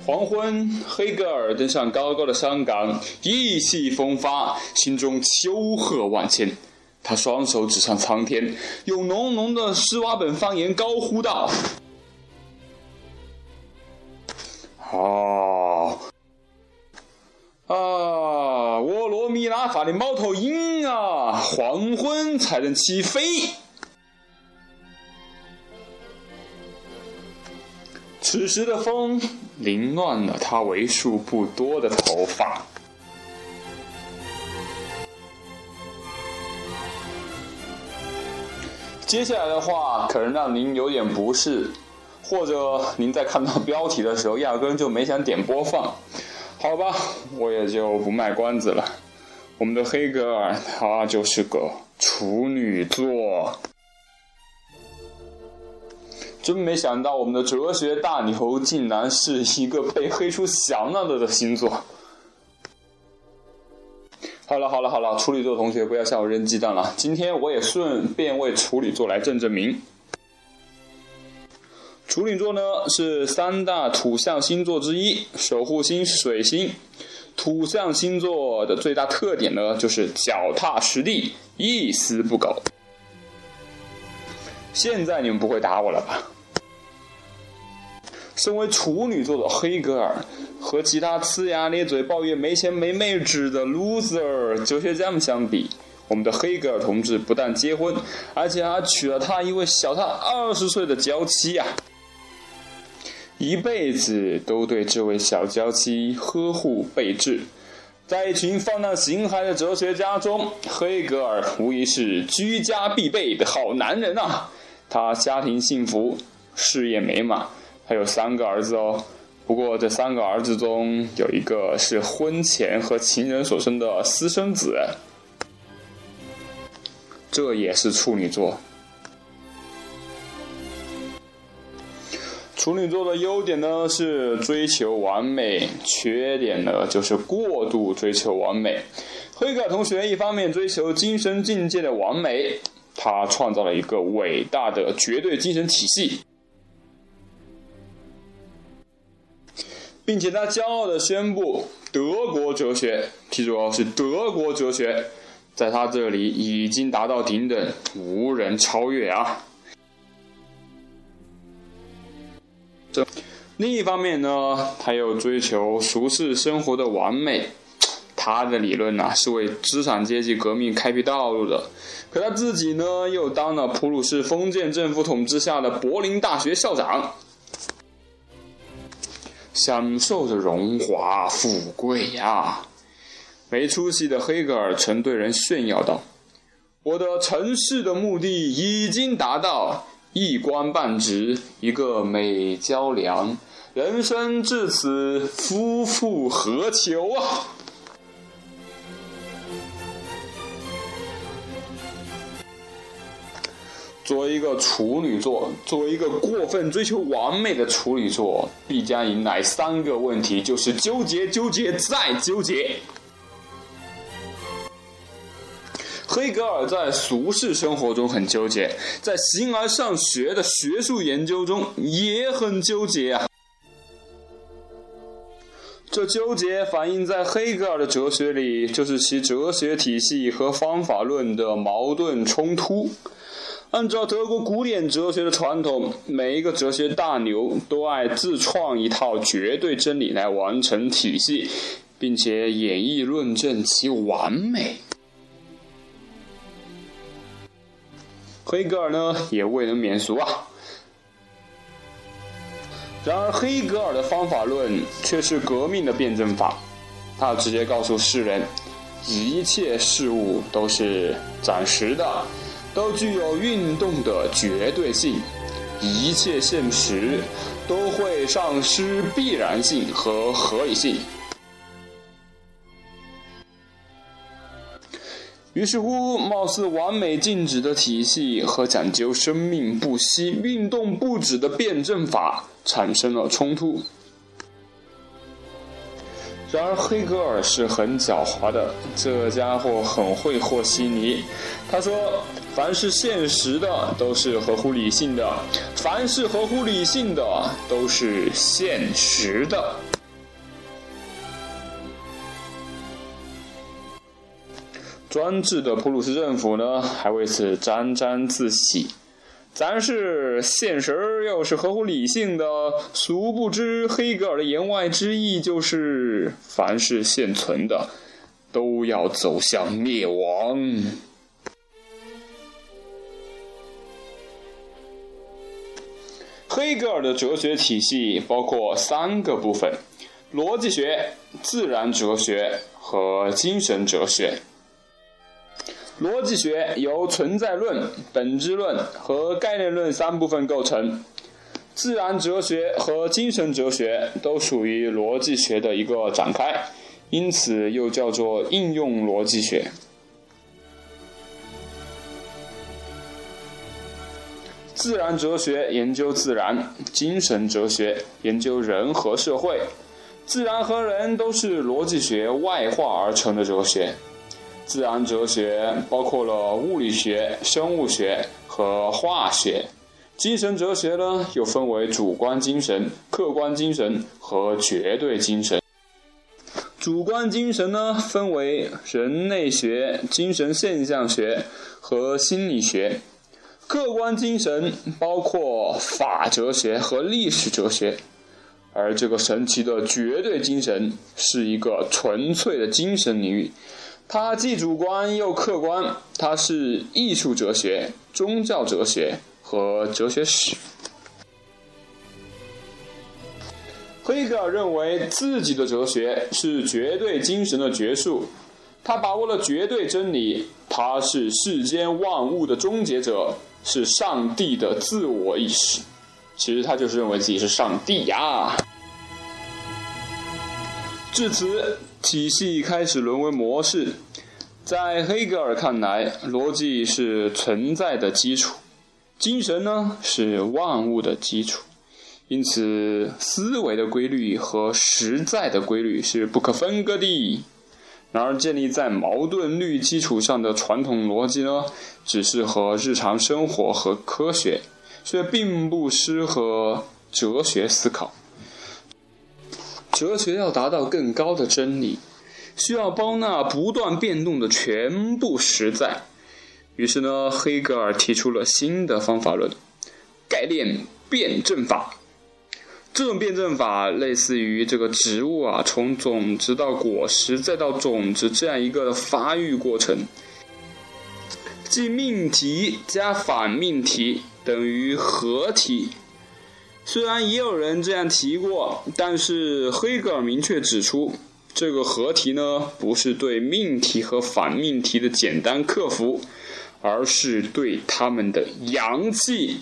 黄昏，黑格尔登上高高的山岗，意气风发，心中丘壑万千。他双手指向苍天，用浓浓的施瓦本方言高呼道：我罗米拉法的猫头鹰啊，黄昏才能起飞。此时的风凌乱了他为数不多的头发。接下来的话可能让您有点不适，或者您在看到标题的时候压根就没想点播放，好吧，我也就不卖关子了。我们的黑格尔他就是个处女座，真没想到我们的哲学大牛竟然是一个被黑出翔了的星座。好了，处女座同学不要向我扔鸡蛋了，今天我也顺便为处女座来正名。处女座呢是三大土象星座之一，守护星是水星。土象星座的最大特点呢就是脚踏实地，一丝不苟。现在你们不会打我了吧？身为处女座的黑格尔和其他呲牙咧嘴抱怨没钱没妹纸的 loser 哲学家们相比，我们的黑格尔同志不但结婚，而且还娶了他一位小他20岁的娇妻啊，一辈子都对这位小娇妻呵护备至。在一群放荡形骸的哲学家中，黑格尔无疑是居家必备的好男人啊！他家庭幸福，事业美满，还有3个儿子哦。不过这3个儿子中有一个是婚前和情人所生的私生子，这也是处女座。处女座的优点呢是追求完美，缺点呢就是过度追求完美。黑格尔同学一方面追求精神境界的完美，他创造了一个伟大的绝对精神体系，并且他骄傲地宣布，德国哲学，记住哦，是德国哲学，在他这里已经达到顶等，无人超越啊。另一方面呢，他又追求俗世生活的完美。他的理论是为资产阶级革命开辟道路的，可他自己呢又当了普鲁士封建政府统治下的柏林大学校长，享受着荣华富贵呀。没出息的黑格尔曾对人炫耀道：我的成事的目的已经达到，一官半职，一个美娇娘，人生至此，夫复何求啊！作为一个处女座，作为一个过分追求完美的处女座，必将迎来3个问题，就是纠结、纠结再纠结。黑格尔在俗世生活中很纠结，在形而上学的学术研究中也很纠结啊。这纠结反映在黑格尔的哲学里，就是其哲学体系和方法论的矛盾冲突。按照德国古典哲学的传统，每一个哲学大牛都爱自创一套绝对真理来完成体系，并且演绎论证其完美。黑格尔呢也未能免俗啊。然而黑格尔的方法论却是革命的辩证法，他直接告诉世人，一切事物都是暂时的，都具有运动的绝对性，一切现实都会丧失必然性和合理性。于是乎，貌似完美静止的体系和讲究生命不息、运动不止的辩证法产生了冲突。然而黑格尔是很狡猾的，这家伙很会和稀泥。他说，凡是现实的都是合乎理性的，凡是合乎理性的都是现实的。 专制的普鲁士政府呢，还为此沾沾自喜。咱是现实又是合乎理性的，殊不知黑格尔的言外之意就是，凡是现存的，都要走向灭亡。黑格尔的哲学体系包括3个部分：逻辑学、自然哲学和精神哲学。逻辑学由存在论、本质论和概念论3部分构成，自然哲学和精神哲学都属于逻辑学的一个展开，因此又叫做应用逻辑学。自然哲学研究自然，精神哲学研究人和社会。自然和人都是逻辑学外化而成的哲学。自然哲学包括了物理学、生物学和化学。精神哲学呢，又分为主观精神、客观精神和绝对精神。主观精神呢，分为人类学、精神现象学和心理学。客观精神包括法哲学和历史哲学。而这个神奇的绝对精神是一个纯粹的精神领域，它既主观又客观，它是艺术哲学、宗教哲学和哲学史。黑格尔认为自己的哲学是绝对精神的学术，他把握了绝对真理，他是世间万物的终结者，是上帝的自我意识。其实他就是认为自己是上帝呀。至此，体系开始沦为模式。在黑格尔看来，逻辑是存在的基础，精神呢是万物的基础。因此，思维的规律和实在的规律是不可分割的。然而，建立在矛盾律基础上的传统逻辑呢，只适合日常生活和科学，却并不适合哲学思考。哲学要达到更高的真理，需要包纳不断变动的全部实在。于是呢，黑格尔提出了新的方法论，概念辩证法。这种辩证法类似于这个植物从种子到果实再到种子这样一个发育过程，即命题加反命题等于合题。虽然也有人这样提过，但是黑格尔明确指出，这个合题呢，不是对命题和反命题的简单克服，而是对它们的阳气。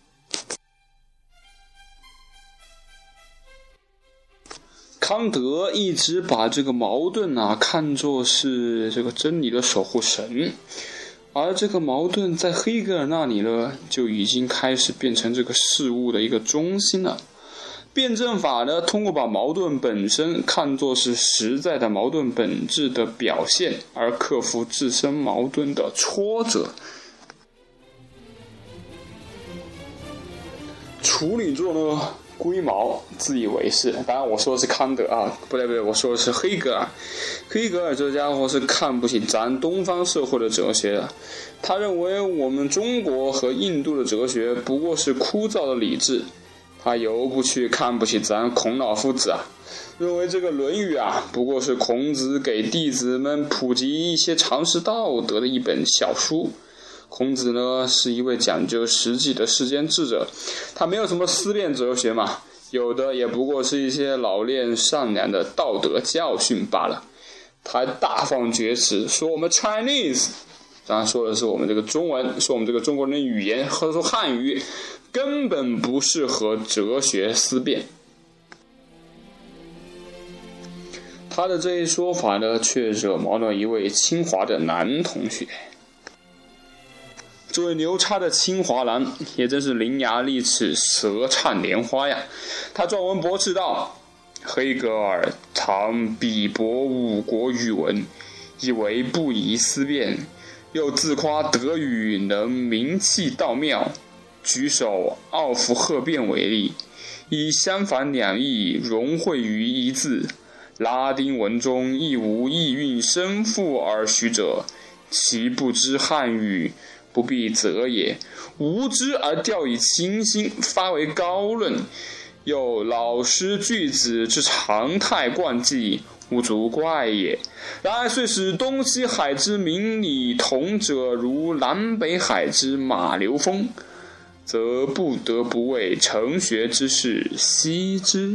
康德一直把这个矛盾看作是这个真理的守护神，而这个矛盾在黑格尔那里呢，就已经开始变成这个事物的一个中心了。辩证法呢，通过把矛盾本身看作是实在的矛盾本质的表现，而克服自身矛盾的挫折。处女座呢，龟毛自以为是，当然我说的是康德不对，我说的是黑格尔。黑格尔这家伙是看不起咱东方社会的哲学的，他认为我们中国和印度的哲学不过是枯燥的理智，他尤不去看不起咱孔老夫子认为这个《论语》不过是孔子给弟子们普及一些常识道德的一本小书。孔子呢，是一位讲究实际的世间智者，他没有什么思辨哲学嘛，有的也不过是一些老练善良的道德教训罢了。他大放厥词，说我们 Chinese， 当然说的是我们这个中文，说我们这个中国人的语言，或者说汉语，根本不适合哲学思辨。他的这一说法呢，却惹毛了一位清华的男同学。这位牛叉的清华男也真是伶牙俐齿、舌灿莲花呀！他撰文驳斥道：黑格尔常鄙薄五国语文，以为不宜思辨，又自夸德语能名气道妙。举手奥弗赫辩为例，以相反两义融汇于一字，拉丁文中亦无意蕴深复而虚者， 其不知汉语，不必责也。无知而掉以轻心，发为高论，有老师句子之常态贯记，无足怪也。然而遂使东西海之明理同者，如南北海之马流风，则不得不为成学之士悉之。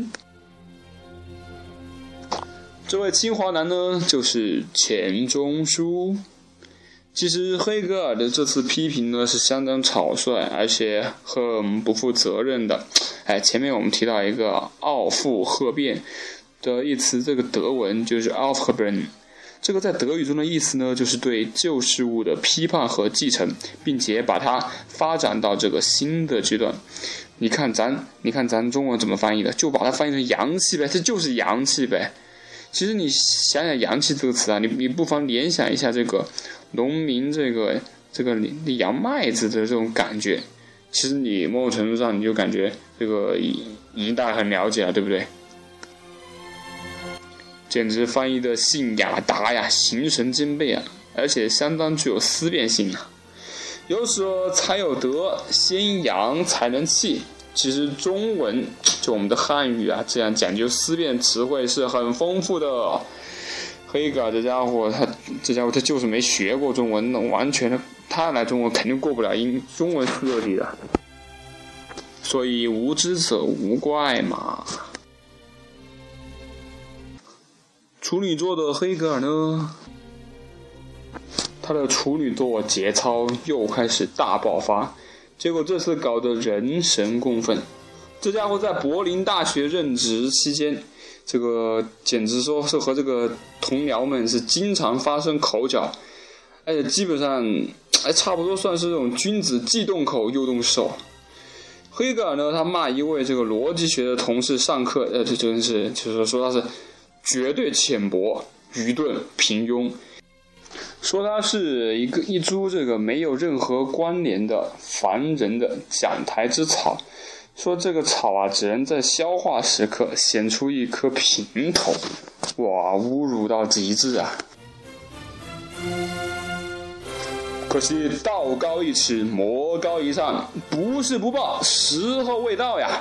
这位清华男呢，就是钱钟书。其实黑格尔的这次批评呢是相当草率，而且很不负责任的。前面我们提到一个奥复赫变的一词，这个德文就是 Aufheben， 这个在德语中的意思呢，就是对旧事物的批判和继承，并且把它发展到这个新的阶段。你看咱中文怎么翻译的，就把它翻译成阳气呗，这就是阳气呗。其实你想想阳气这个词啊，你不妨联想一下这个农民这个扬麦子的这种感觉，其实你某种程度上你就感觉这个已经大家很了解了，对不对？简直翻译的信雅达呀，形神兼备啊，而且相当具有思辨性啊。有说才有德，先扬才能气。其实中文就我们的汉语啊，这样讲究思辨词汇是很丰富的。黑格尔这家伙他就是没学过中文，完全的他来中文肯定过不了中文课题的。所以无知者无怪嘛。处女座的黑格尔呢，他的处女座节操又开始大爆发，结果这次搞得人神共愤。这家伙在柏林大学任职期间，这个简直说是和这个同僚们是经常发生口角，而且基本上差不多算是这种君子既动口又动手。黑格尔呢，他骂一位这个逻辑学的同事上课，这真是就是说他是绝对浅薄、愚钝、平庸，说他是一株这个没有任何关联的凡人的讲台之草，说这个草啊只能在消化时刻显出一颗平头，哇，侮辱到极致啊！可惜道高一尺，魔高一丈，不是不报，时候未到呀。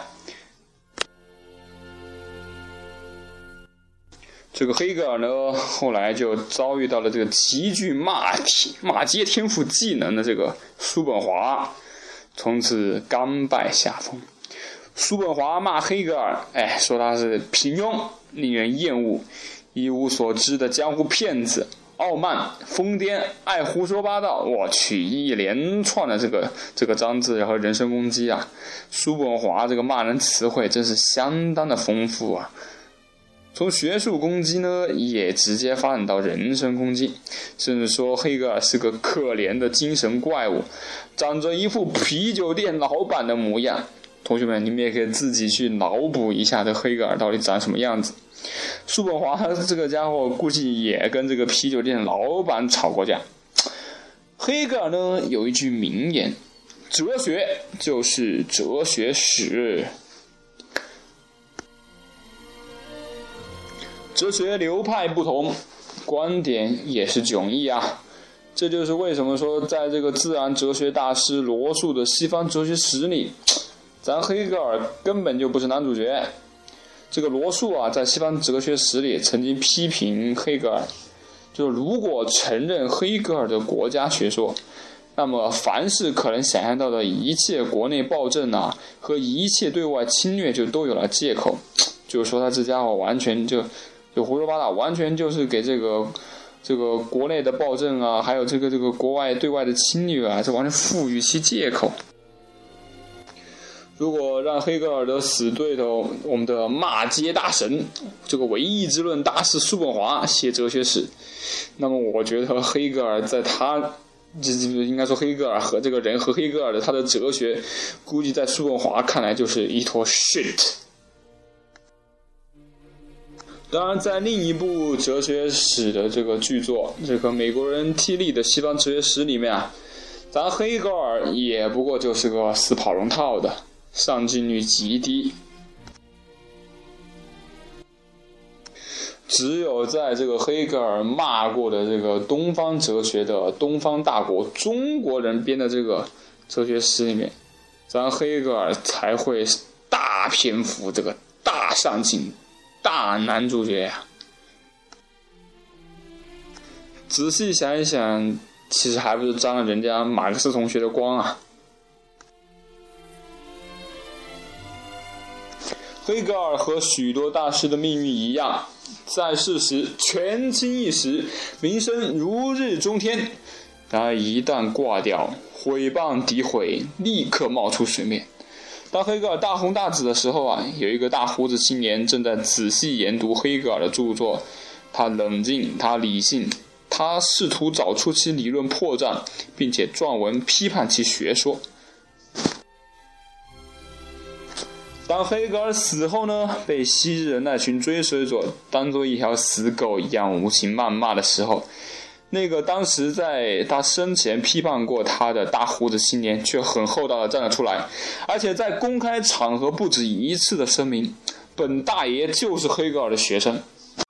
这个黑格尔呢，后来就遭遇到了这个极具骂街天赋技能的这个叔本华，从此甘拜下风。叔本华骂黑格尔，说他是平庸，令人厌恶，一无所知的江湖骗子，傲慢、疯癫、爱胡说八道。我去，一连串的这个章字和人身攻击啊！叔本华这个骂人词汇真是相当的丰富啊。从学术攻击呢，也直接发展到人身攻击，甚至说黑格尔是个可怜的精神怪物，长着一副啤酒店老板的模样。同学们，你们也可以自己去脑补一下这黑格尔到底长什么样子。叔本华这个家伙估计也跟这个啤酒店老板吵过架。黑格尔呢有一句名言：哲学就是哲学史。哲学流派不同，观点也是迥异啊。这就是为什么说在这个自然哲学大师罗素的西方哲学史里，咱黑格尔根本就不是男主角。这个罗素啊，在西方哲学史里曾经批评黑格尔，就如果承认黑格尔的国家学说，那么凡是可能想象到的一切国内暴政啊和一切对外侵略就都有了借口，就是说他这家伙完全就胡说八道，完全就是给这个国内的暴政啊，还有这个国外对外的侵略啊，这完全赋予其借口。如果让黑格尔的死对头，我们的骂街大神，这个唯意志论大师叔本华写哲学史，那么我觉得黑格尔在他应该说黑格尔和这个人和黑格尔的他的哲学，估计在叔本华看来就是一坨 shit。当然，在另一部哲学史的这个巨作，这个美国人替利的西方哲学史里面啊，咱黑格尔也不过就是个死跑龙套的，上进率极低。 只有在这个黑格尔骂过的这个东方哲学的东方大国中国人编的这个哲学史里面，咱黑格尔才会大篇幅这个大上镜大男主角呀。仔细想一想，其实还不是沾了人家马克思同学的光啊。黑格尔和许多大师的命运一样，在世时权倾一时，名声如日中天，然而一旦挂掉，毁谤诋毁立刻冒出水面。当黑格尔大红大紫的时候啊，有一个大胡子青年正在仔细研读黑格尔的著作，他冷静，他理性，他试图找出其理论破绽，并且撰文批判其学说。当黑格尔死后呢，被昔日的那群追随者当作一条死狗一样无情谩骂的时候，那个当时在他生前批判过他的大胡子青年却很厚道的站了出来，而且在公开场合不止一次的声明，本大爷就是黑格尔的学生。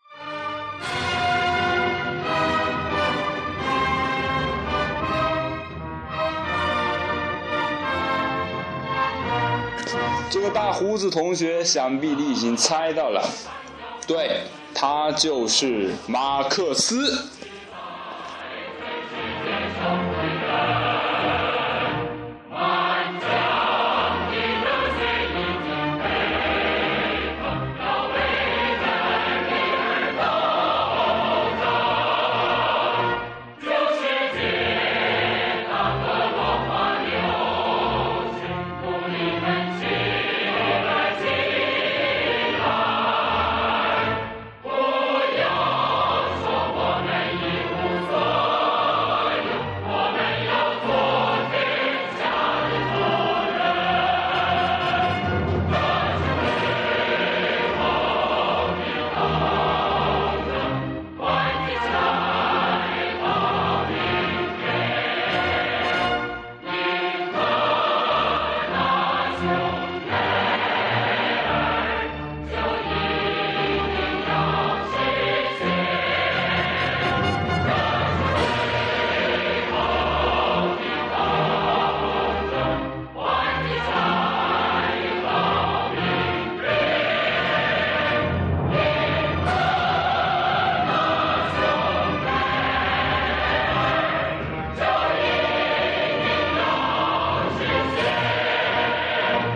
这个大胡子同学想必你已经猜到了，对，他就是马克思。